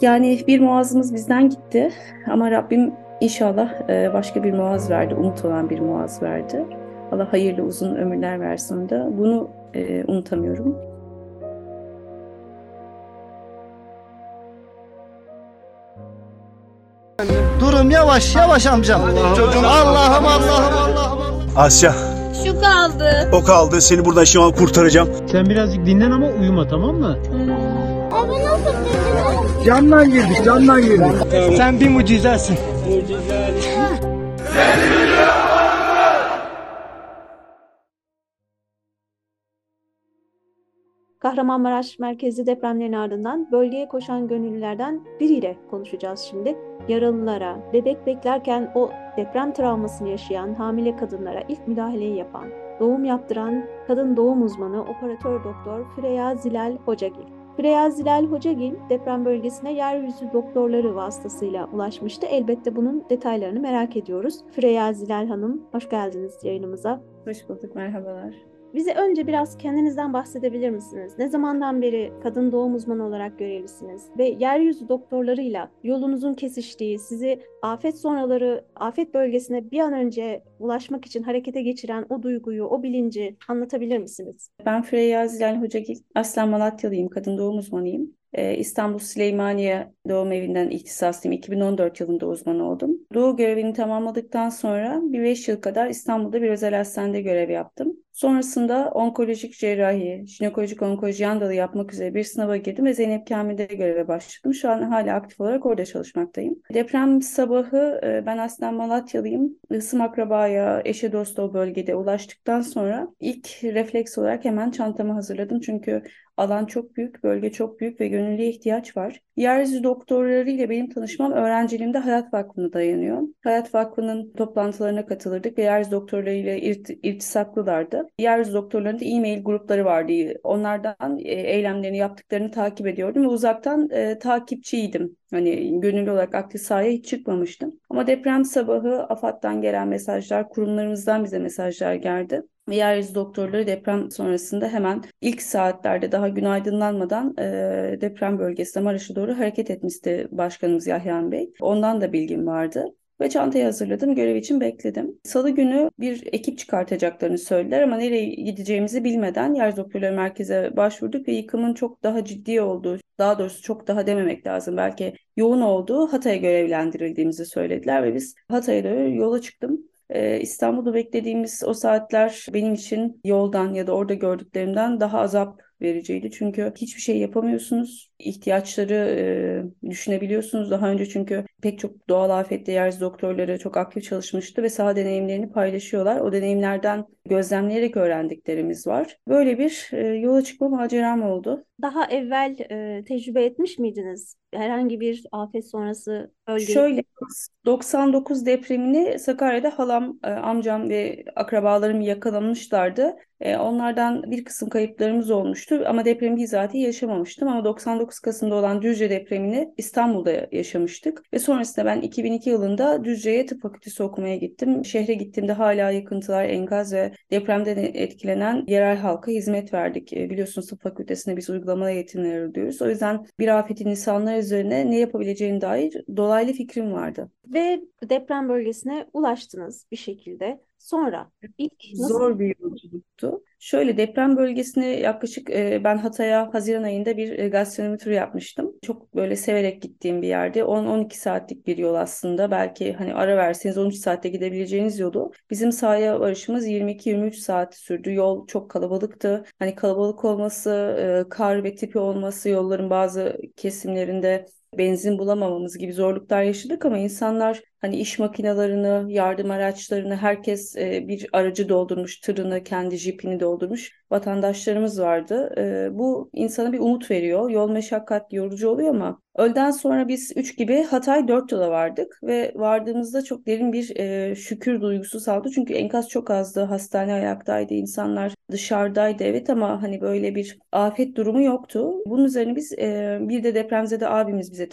Yani bir muazımız bizden gitti ama Rabbim inşallah başka bir muaz verdi, umut olan bir muaz verdi. Allah hayırlı uzun ömürler versin ona da. Bunu unutamıyorum. Durum yavaş yavaş amcam. Çocuğum Allah'ım Allah'ım Allah'ım. Asya, Şu kaldı. o kaldı. Seni buradan şu an kurtaracağım. Sen birazcık dinlen ama uyuma, tamam mı? Camdan girdik camdan girdik. Sen bir mucizesin. Kahramanmaraş merkezli depremlerin ardından bölgeye koşan gönüllülerden biriyle konuşacağız şimdi. Yaralılara, bebek beklerken o deprem travmasını yaşayan hamile kadınlara ilk müdahaleyi yapan, doğum yaptıran kadın doğum uzmanı operatör doktor Freya Zilal Hocagil. Freya Zilal Hocagil deprem bölgesine yeryüzü doktorları vasıtasıyla ulaşmıştı. Elbette bunun detaylarını merak ediyoruz. Freya Zilal Hanım, hoş geldiniz yayınımıza. Hoş bulduk, merhabalar. Bize önce biraz kendinizden bahsedebilir misiniz? Ne zamandan beri kadın doğum uzmanı olarak görevlisiniz? Ve yeryüzü doktorlarıyla yolunuzun kesiştiği, sizi afet sonraları, afet bölgesine bir an önce ulaşmak için harekete geçiren o duyguyu, o bilinci anlatabilir misiniz? Ben Freya Zilal Hocagil, aslen Malatyalıyım, kadın doğum uzmanıyım. İstanbul Süleymaniye Doğum Evi'nden ihtisaslıyım. 2014 yılında uzman oldum. Doğu görevini tamamladıktan sonra bir 5 yıl kadar İstanbul'da bir özel hastanede görev yaptım. Sonrasında onkolojik cerrahi, jinekolojik onkoloji yan dalı yapmak üzere bir sınava girdim ve Zeynep Kamil'de göreve başladım. Şu an hala aktif olarak orada çalışmaktayım. Deprem sabahı ben aslen Malatyalıyım. Hısım akrabaya, eşe dosta o bölgede ulaştıktan sonra ilk refleks olarak hemen çantamı hazırladım. Çünkü alan çok büyük, bölge çok büyük ve gönüllüye ihtiyaç var. Yeryüzü doktorları ile benim tanışmam öğrenciliğimde Hayat Vakfı'na dayanıyor. Hayat Vakfı'nın toplantılarına katılırdık ve yeryüzü doktorları ile irtisaklılardı. Yeryüzü doktorlarının da e-mail grupları vardı. Onlardan eylemlerini yaptıklarını takip ediyordum ve uzaktan takipçiydim. Hani gönüllü olarak aktif sahaya hiç çıkmamıştım. Ama deprem sabahı AFAD'dan gelen mesajlar, kurumlarımızdan bize mesajlar geldi. Yeryüzü doktorları deprem sonrasında hemen ilk saatlerde daha gün aydınlanmadan deprem bölgesine Maraş'a doğru hareket etmişti Başkanımız Yahyan Bey. Ondan da bilgim vardı. Ve çantayı hazırladım, görev için bekledim. Salı günü bir ekip çıkartacaklarını söylediler ama nereye gideceğimizi bilmeden Yeryüzü Doktorları Merkezi'ne başvurduk ve yıkımın çok daha ciddi olduğu, daha doğrusu çok daha dememek lazım, belki yoğun olduğu Hatay'a görevlendirildiğimizi söylediler ve biz Hatay'a doğru yola çıktım. İstanbul'da beklediğimiz o saatler benim için yoldan ya da orada gördüklerimden daha azap vericiydi. Çünkü hiçbir şey yapamıyorsunuz. İhtiyaçları düşünebiliyorsunuz. Daha önce çünkü pek çok doğal afette yeryüzü doktorları çok aktif çalışmıştı ve saha deneyimlerini paylaşıyorlar. O deneyimlerden gözlemleyerek öğrendiklerimiz var. Böyle bir yola çıkma maceram oldu. Daha evvel tecrübe etmiş miydiniz? Herhangi bir afet sonrası bölgeye? Şöyle 99 depremini Sakarya'da halam, amcam ve akrabalarım yakalanmışlardı. Onlardan bir kısım kayıplarımız olmuştu ama depremi bizatihi yaşamamıştım. Ama 99 Kasım'da olan Düzce depremini İstanbul'da yaşamıştık. Ve sonrasında ben 2002 yılında Düzce'ye tıp fakültesi okumaya gittim. Şehre gittiğimde hala yıkıntılar, enkaz ve depremden etkilenen yerel halka hizmet verdik. Biliyorsunuz tıp fakültesinde biz uygulamalı eğitimler ödüyoruz. O yüzden bir afetin insanlar üzerine ne yapabileceğine dair dolaylı fikrim vardı. Ve deprem bölgesine ulaştınız bir şekilde. Sonra ilk nasıl? Zor bir yolculuktu. Şöyle deprem bölgesine yaklaşık ben Hatay'a Haziran ayında bir gastronomi turu yapmıştım. Çok böyle severek gittiğim bir yerde. 10-12 saatlik bir yol aslında. Belki hani ara verseniz 13 saatte gidebileceğiniz yolu. Bizim sahaya varışımız 22-23 saat sürdü. Yol çok kalabalıktı. Hani kalabalık olması, kar ve tipi olması, yolların bazı kesimlerinde benzin bulamamamız gibi zorluklar yaşadık ama insanlar hani iş makinelerini, yardım araçlarını, herkes bir aracı doldurmuş, tırını, kendi jipini doldurmuş vatandaşlarımız vardı. Bu insana bir umut veriyor. Yol meşakkat, yorucu oluyor ama öğleden sonra biz 3 gibi Hatay 4 yola vardık ve vardığımızda çok derin bir şükür duygusu saldı. Çünkü enkaz çok azdı, hastane ayaktaydı, insanlar dışarıdaydı evet ama hani böyle bir afet durumu yoktu. Bunun üzerine biz bir de depremzede abimiz bize tabii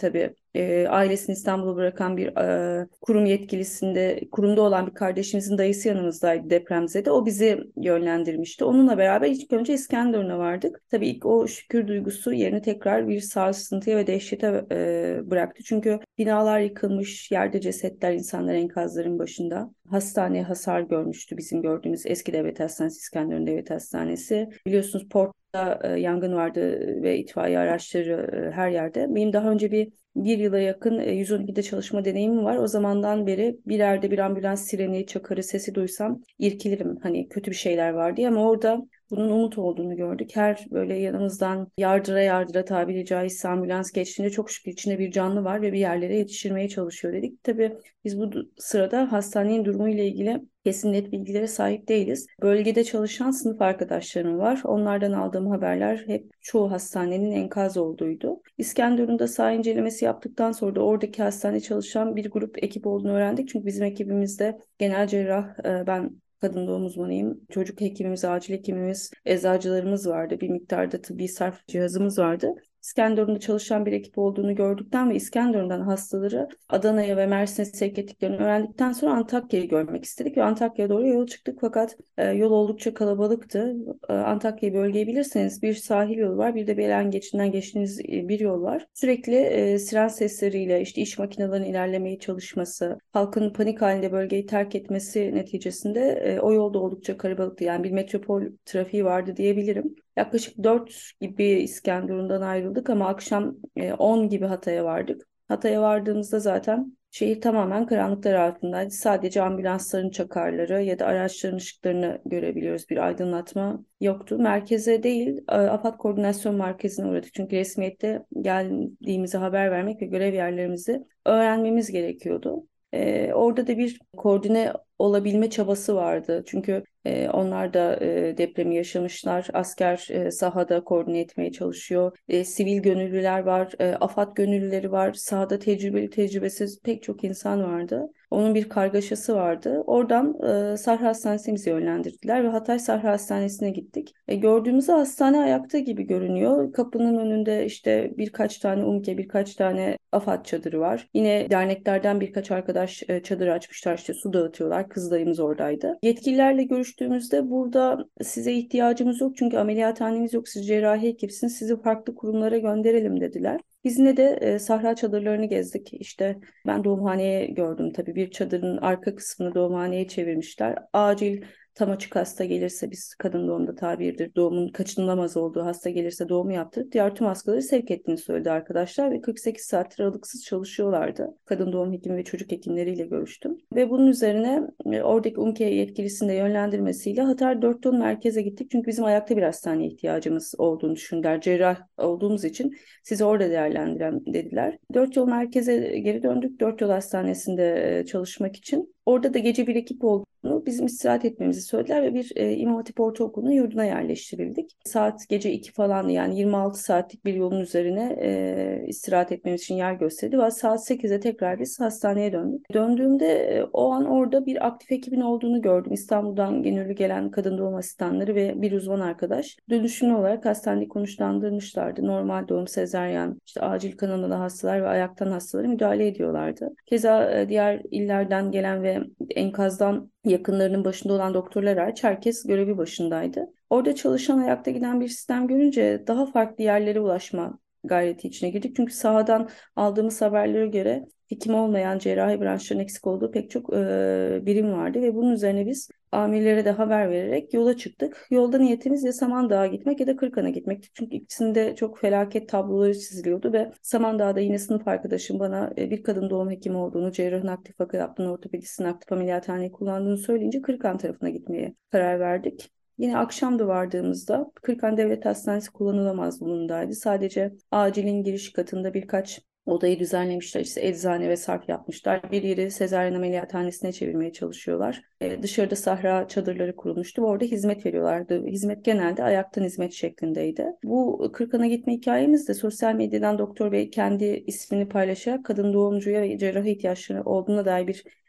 ailesini İstanbul'a bırakan bir kurum yetkilisinde, kurumda olan bir kardeşimizin dayısı yanımızdaydı depremzede. O bizi yönlendirmişti. Onunla beraber ilk önce İskenderun'a vardık. Tabii ilk o şükür duygusu yerini tekrar bir sarsıntıya ve dehşete bıraktı. Çünkü binalar yıkılmış, yerde cesetler, insanlar enkazların başında. Hastane hasar görmüştü, bizim gördüğümüz eski devlet hastanesi, İskenderun Devlet Hastanesi. Biliyorsunuz Port'ta yangın vardı ve itfaiye araçları her yerde. Benim daha önce bir yıla yakın 112'de çalışma deneyimim var. O zamandan beri bir yerde bir ambulans sireni, çakarı sesi duysam irkilirim. Hani kötü bir şeyler var diye, ama orada bunun umut olduğunu gördük. Her böyle yanımızdan yardıra yardıra, tabiri caizse, ambulans geçtiğinde çok şükür içinde bir canlı var ve bir yerlere yetiştirmeye çalışıyor dedik. Tabii biz bu sırada hastanenin durumu ile ilgili kesin net bilgilere sahip değiliz. Bölgede çalışan sınıf arkadaşlarım var. Onlardan aldığım haberler hep çoğu hastanenin enkaz olduğuydu. İskenderun'da saha incelemesi yaptıktan sonra da oradaki hastanede çalışan bir grup ekip olduğunu öğrendik. Çünkü bizim ekibimizde genel cerrah, ben kadın doğum uzmanıyım, çocuk hekimimiz, acil hekimimiz, eczacılarımız vardı. Bir miktarda tıbbi sarf cihazımız vardı. İskenderun'da çalışan bir ekip olduğunu gördükten ve İskenderun'dan hastaları Adana'ya ve Mersin'e sevk ettiklerini öğrendikten sonra Antakya'yı görmek istedik ve Antakya'ya doğru yol çıktık, fakat yol oldukça kalabalıktı. Antakya bölgeyi bilirseniz bir sahil yolu var, bir de Belen geçidinden geçtiğiniz bir yol var. Sürekli siren sesleriyle, işte iş makinelerinin ilerlemeye çalışması, halkın panik halinde bölgeyi terk etmesi neticesinde o yolda oldukça kalabalıktı. Yani bir metropol trafiği vardı diyebilirim. Yaklaşık 4 gibi İskenderun'dan ayrıldık ama akşam 10 gibi Hatay'a vardık. Hatay'a vardığımızda zaten şehir tamamen karanlıklar altındaydı. Sadece ambulansların çakarları ya da araçların ışıklarını görebiliyoruz. Bir aydınlatma yoktu. Merkeze değil, AFAD Koordinasyon Merkezi'ne uğradık. Çünkü resmiyette geldiğimizi haber vermek ve görev yerlerimizi öğrenmemiz gerekiyordu. Orada da bir koordine olabilme çabası vardı. Çünkü onlar da depremi yaşamışlar. Asker sahada koordine etmeye çalışıyor. Sivil gönüllüler var, AFAD gönüllüleri var. Sahada tecrübeli, tecrübesiz pek çok insan vardı. Onun bir kargaşası vardı. Oradan Sahra Hastanesi'ne bizi yönlendirdiler ve Hatay Sahra Hastanesi'ne gittik. Gördüğümüz hastane ayakta gibi görünüyor. Kapının önünde işte birkaç tane UMKE, birkaç tane AFAD çadırı var. Yine derneklerden birkaç arkadaş çadır açmışlar, işte su dağıtıyorlar. Kız dayımız oradaydı. Yetkililerle görüştüğümüzde burada size ihtiyacımız yok çünkü ameliyathanemiz yok, siz cerrahi ekipsiniz, sizi farklı kurumlara gönderelim dediler. Biz yine de sahra çadırlarını gezdik. İşte ben doğumhaneye gördüm tabii. Bir çadırın arka kısmını doğumhaneye çevirmişler. Acil tam açık hasta gelirse, biz kadın doğumda tabirdir, doğumun kaçınılamaz olduğu hasta gelirse doğumu yaptırıp diğer tüm hastaları sevk ettiğini söyledi arkadaşlar ve 48 saattir aralıksız çalışıyorlardı. Kadın doğum hekimi ve çocuk hekimleriyle görüştüm. Ve bunun üzerine oradaki UMKE yetkilisinin de yönlendirmesiyle Hatay 4 Yol merkeze gittik. Çünkü bizim ayakta bir hastaneye ihtiyacımız olduğunu düşündüler. Cerrah olduğumuz için sizi orada değerlendiren dediler. 4 Yol merkeze geri döndük. 4 Yol hastanesinde çalışmak için. Orada da gece bir ekip olduğunu, bizim istirahat etmemizi söylediler ve bir İmam Hatip Ortaokulu'nun yurduna yerleştirildik. Saat gece 2 falan, yani 26 saatlik bir yolun üzerine istirahat etmemiz için yer gösterdi ve saat 8'de tekrar biz hastaneye döndük. Döndüğümde o an orada bir aktif ekibin olduğunu gördüm. İstanbul'dan gönüllü gelen kadın doğum asistanları ve bir uzman arkadaş dönüşümlü olarak hastaneyi konuşlandırmışlardı. Normal doğum, sezaryen, işte acil kanamalı hastalar ve ayaktan hastalara müdahale ediyorlardı. Keza diğer illerden gelen ve enkazdan yakınlarının başında olan doktorlar hariç herkes görevi başındaydı. Orada çalışan, ayakta giden bir sistem görünce daha farklı yerlere ulaşma gayreti içine girdik. Çünkü sahadan aldığımız haberlere göre hekim olmayan, cerrahi branşların eksik olduğu pek çok birim vardı ve bunun üzerine biz amirlere de haber vererek yola çıktık. Yolda niyetimiz ya Samandağ'a gitmek ya da Kırıkhan'a gitmekti. Çünkü ikisinde çok felaket tabloları çiziliyordu ve Samandağ'da yine sınıf arkadaşım bana bir kadın doğum hekimi olduğunu, cerrahın aktif vaka yaptığını, ortopedistin aktif ameliyathaneyi kullandığını söyleyince Kırıkhan tarafına gitmeye karar verdik. Yine akşamda vardığımızda Kırıkhan Devlet Hastanesi kullanılamaz durumdaydı. Sadece acilin giriş katında birkaç odayı düzenlemişler. İşte eczane ve sarf yapmışlar. Bir yeri sezaryen ameliyathanesine çevirmeye çalışıyorlar. Dışarıda sahra çadırları kurulmuştu ve orada hizmet veriyorlardı. Hizmet genelde ayaktan hizmet şeklindeydi. Bu Kırıkhan'a gitme hikayemiz de sosyal medyadan doktor bey kendi ismini paylaşarak kadın doğumcuya ve cerrahi ihtiyaçları olduğuna dair bir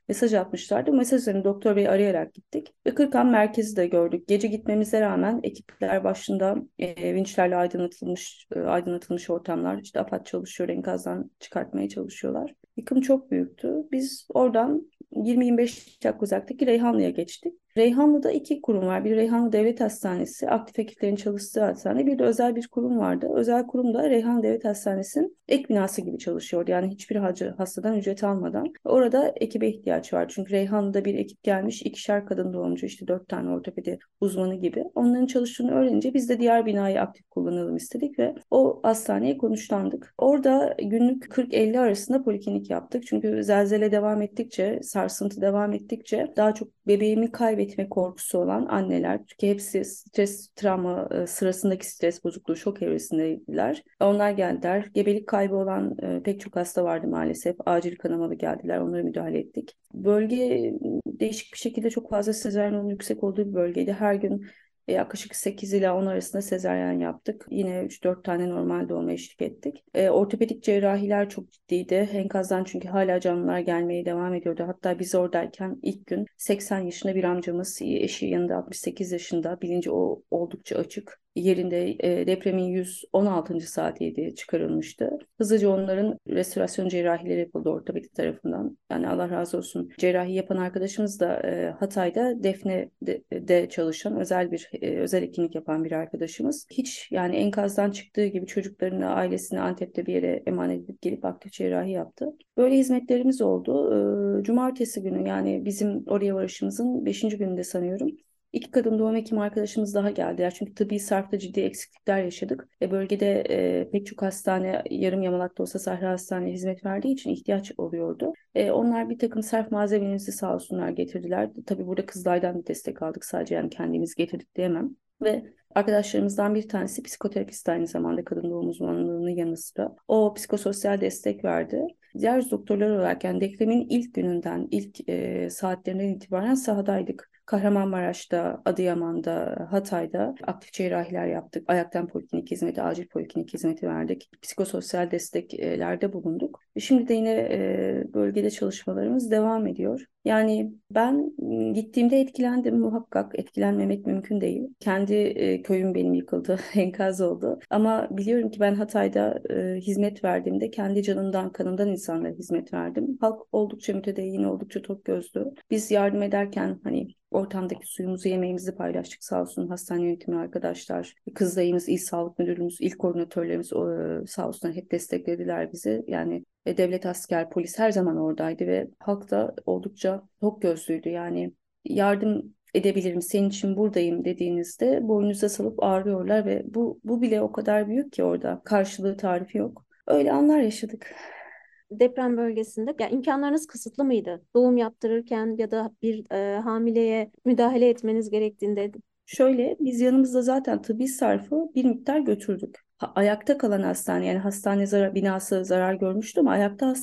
mesaj atmışlardı. Mesaj üzerine doktor beyi arayarak gittik ve Kırıkhan merkezi de gördük. Gece gitmemize rağmen ekipler başında vinçlerle aydınlatılmış ortamlar. İşte AFAD çalışıyor, enkazdan çıkartmaya çalışıyorlar. Yıkım çok büyüktü. Biz oradan 20-25 dakika uzaktaki Reyhanlı'ya geçtik. Reyhanlı'da iki kurum var. Bir Reyhanlı Devlet Hastanesi, aktif ekiplerin çalıştığı hastane. Bir de özel bir kurum vardı. Özel kurum da Reyhanlı Devlet Hastanesi'nin ek binası gibi çalışıyordu. Yani hiçbir hastadan ücret almadan. Orada ekibe ihtiyaç var. Çünkü Reyhanlı'da bir ekip gelmiş, ikişer kadın doğumcu, işte 4 tane ortopedi uzmanı gibi. Onların çalıştığını öğrenince biz de diğer binayı aktif kullanalım istedik ve o hastaneye konuşlandık. Orada günlük 40-50 arasında poliklinik yaptık. Çünkü zelzele devam ettikçe, sarsıntı devam ettikçe daha çok bebeğimi kaybetme korkusu olan anneler, çünkü hepsi stres, travma sırasındaki stres bozukluğu, şok evresindeydiler. Onlar geldiler. Gebelik kaybı olan pek çok hasta vardı maalesef. Acil kanamalı geldiler. Onlara müdahale ettik. Bölge değişik bir şekilde çok fazla sezaryenin yüksek olduğu bir bölgeydi. Her gün yaklaşık 8 ila 10 arasında sezaryen yaptık. Yine 3-4 tane normal doğuma eşlik ettik. Ortopedik cerrahiler çok ciddiydi. Enkazdan çünkü hala canlılar gelmeye devam ediyordu. Hatta biz oradayken ilk gün 80 yaşında bir amcamız, eşi yanında 68 yaşında, bilinci oldukça açık. Yerinde depremin 116. saatiydi, çıkarılmıştı. Hızlıca onların restorasyon cerrahileri yapıldı ortopedik tarafından. Yani Allah razı olsun. Cerrahi yapan arkadaşımız da Hatay'da Defne'de çalışan özel hekimlik yapan bir arkadaşımız. Hiç yani enkazdan çıktığı gibi çocuklarını, ailesini Antep'te bir yere emanet edip gelip aktif cerrahi yaptı. Böyle hizmetlerimiz oldu. Cumartesi günü, yani bizim oraya varışımızın 5. gününde sanıyorum, İki kadın doğum hekimi arkadaşımız daha geldiler. Çünkü tıbbi sarfta ciddi eksiklikler yaşadık. Bölgede pek çok hastane, yarım yamalak da olsa Sahra Hastane hizmet verdiği için ihtiyaç oluyordu. Onlar bir takım sarf malzemelerimizi sağ olsunlar getirdiler. Tabii burada Kızılay'dan bir destek aldık, sadece yani kendimiz getirdik diyemem. Ve arkadaşlarımızdan bir tanesi psikoterapist, aynı zamanda kadın doğum uzmanlığının yanı sıra. O psikososyal destek verdi. Diğer doktorlar olarak yani depremin ilk gününden, ilk saatlerinden itibaren sahadaydık. Kahramanmaraş'ta, Adıyaman'da, Hatay'da aktif cerrahiler yaptık. Ayaktan poliklinik hizmeti, acil poliklinik hizmeti verdik. Psikososyal desteklerde bulunduk. Şimdi de yine bölgede çalışmalarımız devam ediyor. Yani ben gittiğimde etkilendim muhakkak. Etkilenmemek mümkün değil. Kendi köyüm benim yıkıldı, enkaz oldu. Ama biliyorum ki ben Hatay'da hizmet verdiğimde kendi canımdan, kanımdan insanlara hizmet verdim. Halk oldukça mütedeyyin, oldukça tok gözlü. Biz yardım ederken hani ortamdaki suyumuzu, yemeğimizi paylaştık. Sağ olsun hastane yönetimi arkadaşlar, Kızılay'ımız, İl Sağlık Müdürümüz, il koordinatörlerimiz sağ olsunlar hep desteklediler bizi. Yani devlet, asker, polis her zaman oradaydı ve halk da oldukça tok gözlüydü. Yani yardım edebilirim, senin için buradayım dediğinizde boynunuza salıp ağrıyorlar ve bu bile o kadar büyük ki orada. Karşılığı, tarifi yok. Öyle anlar yaşadık. Deprem bölgesinde yani imkanlarınız kısıtlı mıydı? Doğum yaptırırken ya da bir hamileye müdahale etmeniz gerektiğinde. Şöyle, biz yanımızda zaten tıbbi sarfı bir miktar götürdük. Ayakta kalan hastane, yani hastane binası zarar görmüştü ama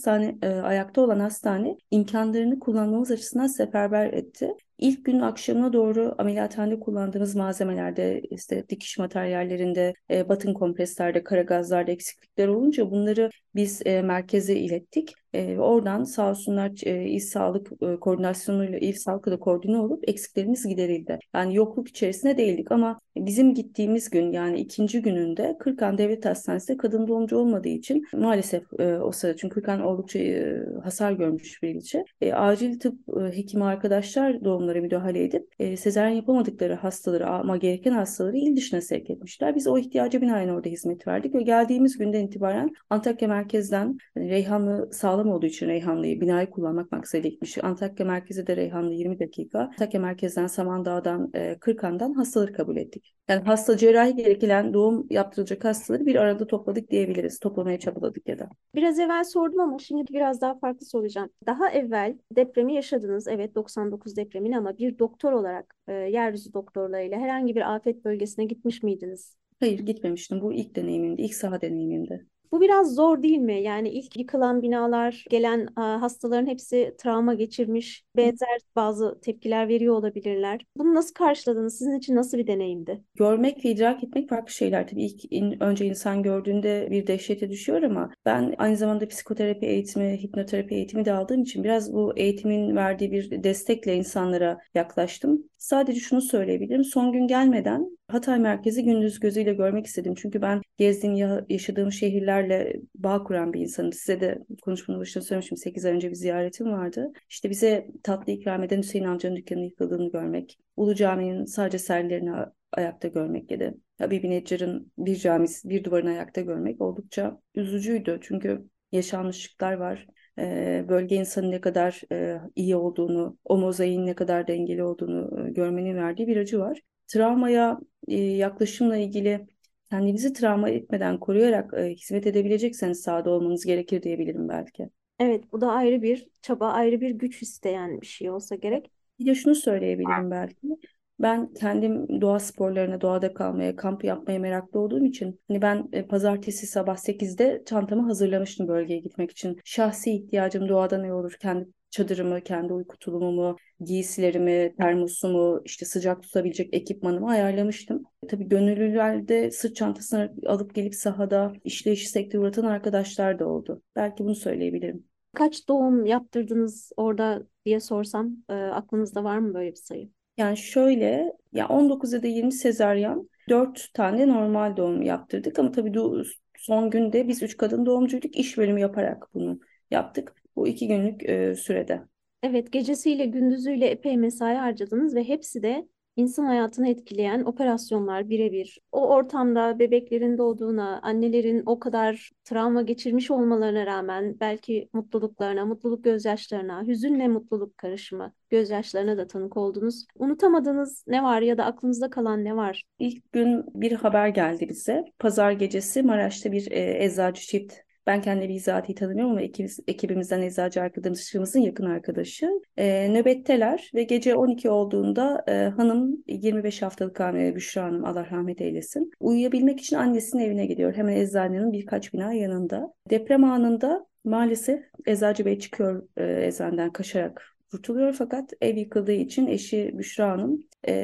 ayakta olan hastane imkanlarını kullanmamız açısından seferber etti. İlk günün akşamına doğru ameliyathanede kullandığımız malzemelerde, işte dikiş materyallerinde, batın kompreslerde, kara gazlarda eksiklikler olunca bunları biz merkeze ilettik. Oradan sağ olsunlar İl Sağlık koordinasyonuyla İl Sağlık'la da koordine olup eksiklerimiz giderildi. Yani yokluk içerisinde değildik ama bizim gittiğimiz gün, yani ikinci gününde Kırıkhan Devlet Hastanesi'nde kadın doğumcu olmadığı için maalesef o sırada, çünkü Kırıkhan oldukça hasar görmüş bir ilçe. Acil tıp hekimi arkadaşlar doğumlara müdahale edip sezaryen yapamadıkları hastaları ama gereken hastaları il dışına sevk etmişler. Biz o ihtiyaca binaen orada hizmet verdik ve geldiğimiz günden itibaren Antakya merkezden, hani Reyhanlı sağlam olduğu için Reyhanlı'yı binayı kullanmak maksadıyla gitmiş. Antakya merkezi de Reyhanlı 20 dakika. Antakya merkezden, Samandağ'dan, Kırkhan'dan hastaları kabul ettik. Yani hasta, cerrahi gerekilen doğum yaptırılacak hastaları bir arada topladık diyebiliriz. Toplamaya çabaladık ya da. Biraz evvel sordum ama şimdi biraz daha farklı soracağım. Daha evvel depremi yaşadınız. Evet, 99 depremini, ama bir doktor olarak yeryüzü doktorlarıyla herhangi bir afet bölgesine gitmiş miydiniz? Hayır, gitmemiştim. Bu ilk deneyimimdi, ilk saha deneyimimdi. Bu biraz zor değil mi? Yani ilk yıkılan binalar, gelen hastaların hepsi travma geçirmiş, benzer bazı tepkiler veriyor olabilirler. Bunu nasıl karşıladınız? Sizin için nasıl bir deneyimdi? Görmek ve idrak etmek farklı şeyler. Tabii önce insan gördüğünde bir dehşete düşüyor ama ben aynı zamanda psikoterapi eğitimi, hipnoterapi eğitimi de aldığım için biraz bu eğitimin verdiği bir destekle insanlara yaklaştım. Sadece şunu söyleyebilirim. Son gün gelmeden Hatay merkezi gündüz gözüyle görmek istedim. Çünkü ben gezdiğim, yaşadığım şehirlerle bağ kuran bir insanım. Size de konuşmanın başında söylemiştim. 8 ay önce bir ziyaretim vardı. İşte bize tatlı ikram eden Hüseyin amcanın dükkanının yıkıldığını görmek, Ulu Cami'nin sadece serlerini ayakta görmek ya da Habibi Neccar'ın bir camisi, bir duvarını ayakta görmek oldukça üzücüydü. Çünkü yaşanmışlıklar var. Bölge insanın ne kadar iyi olduğunu, o mozaiğin ne kadar dengeli olduğunu görmenin verdiği bir acı var. Travmaya yaklaşımla ilgili kendinizi travma etmeden koruyarak hizmet edebilecekseniz sahada olmanız gerekir diyebilirim belki. Evet, bu da ayrı bir çaba, ayrı bir güç isteyen bir şey olsa gerek. Bir de şunu söyleyebilirim belki. Ben kendim doğa sporlarına, doğada kalmaya, kamp yapmaya meraklı olduğum için hani ben pazartesi sabah 8'de çantamı hazırlamıştım bölgeye gitmek için. Şahsi ihtiyacım doğada ne olur? Kendi çadırımı, kendi uyku tulumumu, giysilerimi, termosumu, işte sıcak tutabilecek ekipmanımı ayarlamıştım. Tabii gönüllüler de sırt çantasını alıp gelip sahada işleyişi sekteye uğratan arkadaşlar da oldu. Belki bunu söyleyebilirim. Kaç doğum yaptırdınız orada diye sorsam, aklınızda var mı böyle bir sayı? Yani şöyle ya 19 ya da 20 sezaryen 4 tane normal doğum yaptırdık ama tabii son günde biz 3 kadın doğumcuyduk, iş bölümü yaparak bunu yaptık. Bu 2 günlük sürede. Evet, gecesiyle gündüzüyle epey mesai harcadınız ve hepsi de insan hayatını etkileyen operasyonlar birebir. O ortamda bebeklerin doğduğuna, annelerin o kadar travma geçirmiş olmalarına rağmen belki mutluluklarına, mutluluk gözyaşlarına, hüzünle mutluluk karışımı gözyaşlarına da tanık oldunuz. Unutamadığınız ne var ya da aklınızda kalan ne var? İlk gün bir haber geldi bize. Pazar gecesi Maraş'ta bir eczacı çift. Ben kendimi bizatihi tanımıyorum ama ekibimizden eczacı arkadaşımızın yakın arkadaşı. Nöbetteler ve gece 12 olduğunda hanım 25 haftalık hamile Büşra Hanım Allah rahmet eylesin. Uyuyabilmek için annesinin evine gidiyor. Hemen eczanenin birkaç bina yanında. Deprem anında maalesef eczacı bey çıkıyor eczaneden kaçarak kurtuluyor fakat ev yıkıldığı için eşi Büşra Hanım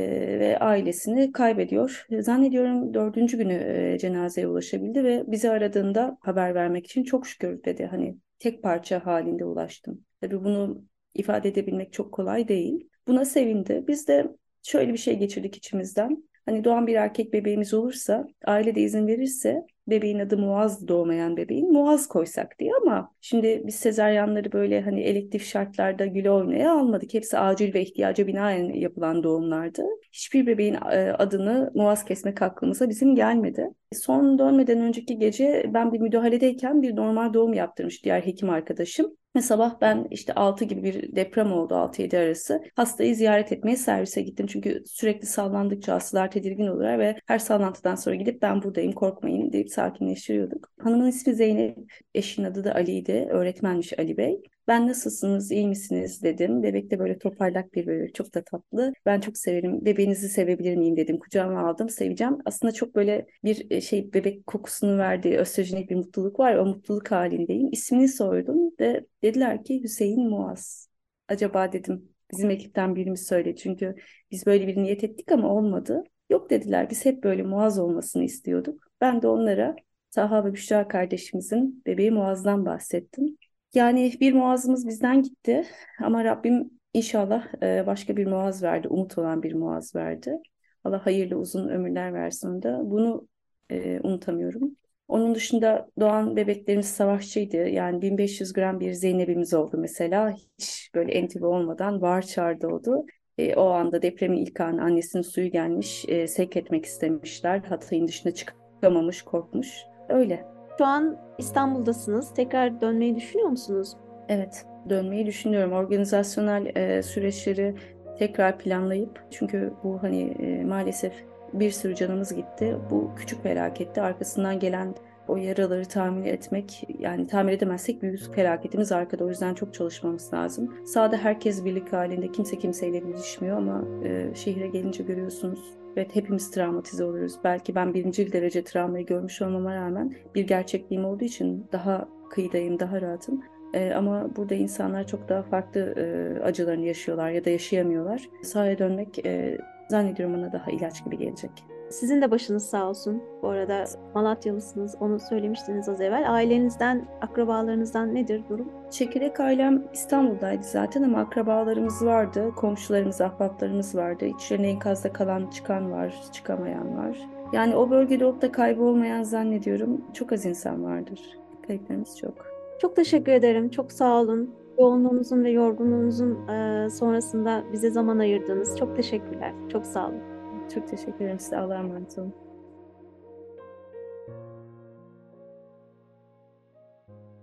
ve ailesini kaybediyor. Zannediyorum 4. günü cenazeye ulaşabildi ve bizi aradığında haber vermek için çok şükür dedi. Hani tek parça halinde ulaştım. Tabii bunu ifade edebilmek çok kolay değil. Buna sevindi. Biz de şöyle bir şey geçirdik içimizden. Hani doğan bir erkek bebeğimiz olursa, aile de izin verirse bebeğin adı Muaz, doğmayan bebeğin Muaz koysak diye ama şimdi biz sezaryenleri böyle hani elektif şartlarda güle oynaya almadık. Hepsi acil ve ihtiyaca binaen yapılan doğumlardı. Hiçbir bebeğin adını Muaz kesmek aklımıza bizim gelmedi. Son dönmeden önceki gece ben bir müdahaledeyken bir normal doğum yaptırmış diğer hekim arkadaşım. Ve sabah ben işte 6 gibi bir deprem oldu 6-7 arası. Hastayı ziyaret etmeye servise gittim. Çünkü sürekli sallandıkça hastalar tedirgin oluyorlar ve her sallantıdan sonra gidip ben buradayım korkmayın deyip sakinleştiriyorduk. Hanımın ismi Zeynep, eşinin adı da Ali'ydi. Öğretmenmiş Ali Bey. Ben nasılsınız, iyi misiniz dedim. Bebek de böyle toparlak bir bebek, çok da tatlı. Ben çok severim, bebeğinizi sevebilir miyim dedim. Kucağıma aldım, seveceğim. Aslında çok böyle bir bebek kokusunu verdiği östrojenik bir mutluluk var. O mutluluk halindeyim. İsmini sordum ve dediler ki Hüseyin Muaz. Acaba dedim bizim ekipten biri mi söyledi? Çünkü biz böyle bir niyet ettik ama olmadı. Yok dediler, biz hep böyle Muaz olmasını istiyorduk. Ben de onlara Taha ve Büşra kardeşimizin bebeği Muaz'dan bahsettim. Yani bir Muaz'ımız bizden gitti ama Rabbim inşallah başka bir Muaz verdi, umut olan bir Muaz verdi. Allah hayırlı uzun ömürler versin ona da. Bunu unutamıyorum. Onun dışında doğan bebeklerimiz savaşçıydı. Yani 1500 gram bir Zeynep'imiz oldu mesela. Hiç böyle entübe olmadan bağır çağır doğdu. O anda depremin ilk anı annesinin suyu gelmiş, sevk etmek istemişler. Hatay'ın dışına çıkamamış, korkmuş. Öyle. Şu an İstanbul'dasınız. Tekrar dönmeyi düşünüyor musunuz? Evet, dönmeyi düşünüyorum. Organizasyonel süreçleri tekrar planlayıp çünkü bu hani maalesef bir sürü canımız gitti. Bu küçük felakette arkasından gelen o yaraları tamir etmek yani tamir edemezsek büyük felaketimiz arkada. O yüzden çok çalışmamız lazım. Sahada herkes birlik halinde kimse kimseyle didişmiyor ama şehire gelince görüyorsunuz Evet, hepimiz travmatize oluyoruz. Belki ben birinci derece travmayı görmüş olmama rağmen bir gerçekliğim olduğu için daha kıyıdayım, daha rahatım. Ama burada insanlar çok daha farklı acılarını yaşıyorlar ya da yaşayamıyorlar. Sahaya dönmek zannediyorum ona daha ilaç gibi gelecek. Sizin de başınız sağ olsun. Bu arada Malatyalısınız, onu söylemiştiniz az evvel. Ailenizden, akrabalarınızdan nedir durum? Çekirdek ailem İstanbul'daydı zaten ama akrabalarımız vardı, komşularımız, ahbaplarımız vardı. İçlerinde enkazda kalan, çıkan var, çıkamayan var. Yani o bölgede olup da kaybolmayan zannediyorum çok az insan vardır. Kayıplarımız çok. Çok teşekkür ederim. Çok sağ olun. Yoğunluğunuzun ve yorgunluğunuzun sonrasında bize zaman ayırdınız. Çok teşekkürler. Çok sağ olun. Çok teşekkür ederim size. Allah'a emanet olun.